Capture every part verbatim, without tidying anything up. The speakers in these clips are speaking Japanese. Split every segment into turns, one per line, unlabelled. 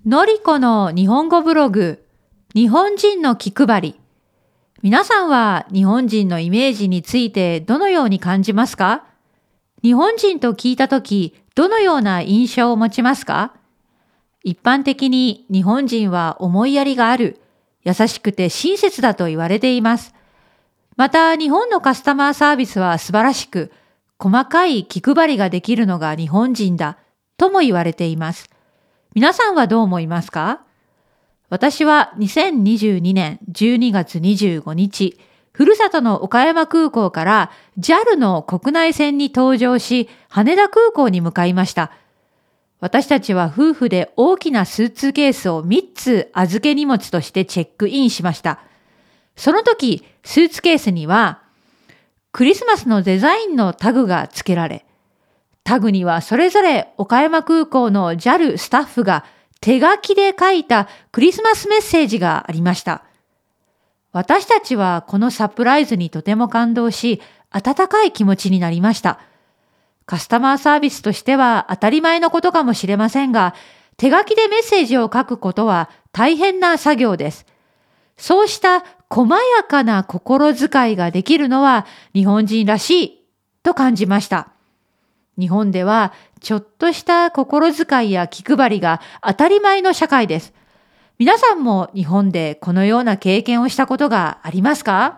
のりこの日本語ブログ、日本人の気配り。皆さんは日本人のイメージについてどのように感じますか？日本人と聞いたとき、どのような印象を持ちますか？一般的に日本人は思いやりがある、優しくて親切だと言われています。また日本のカスタマーサービスは素晴らしく、細かい気配りができるのが日本人だとも言われています。皆さんはどう思いますか？私はにせんにじゅうにねんじゅうにがつにじゅうごにち、ふるさとの岡山空港から ジャル の国内線に搭乗し、羽田空港に向かいました。私たちは夫婦で大きなスーツケースをみっつ預け荷物としてチェックインしました。その時、スーツケースにはクリスマスのデザインのタグが付けられ、タグにはそれぞれ岡山空港の ジャル スタッフが手書きで書いたクリスマスメッセージがありました。私たちはこのサプライズにとても感動し、温かい気持ちになりました。カスタマーサービスとしては当たり前のことかもしれませんが、手書きでメッセージを書くことは大変な作業です。そうした細やかな心遣いができるのは日本人らしいと感じました。日本ではちょっとした心遣いや気配りが当たり前の社会です。皆さんも日本でこのような経験をしたことがありますか？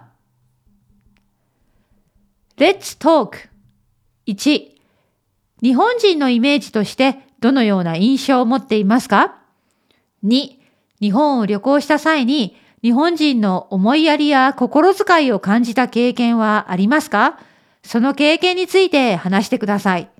Let's talk。 いち、日本人のイメージとしてどのような印象を持っていますか？ に、日本を旅行した際に日本人の思いやりや心遣いを感じた経験はありますか？その経験について話してください。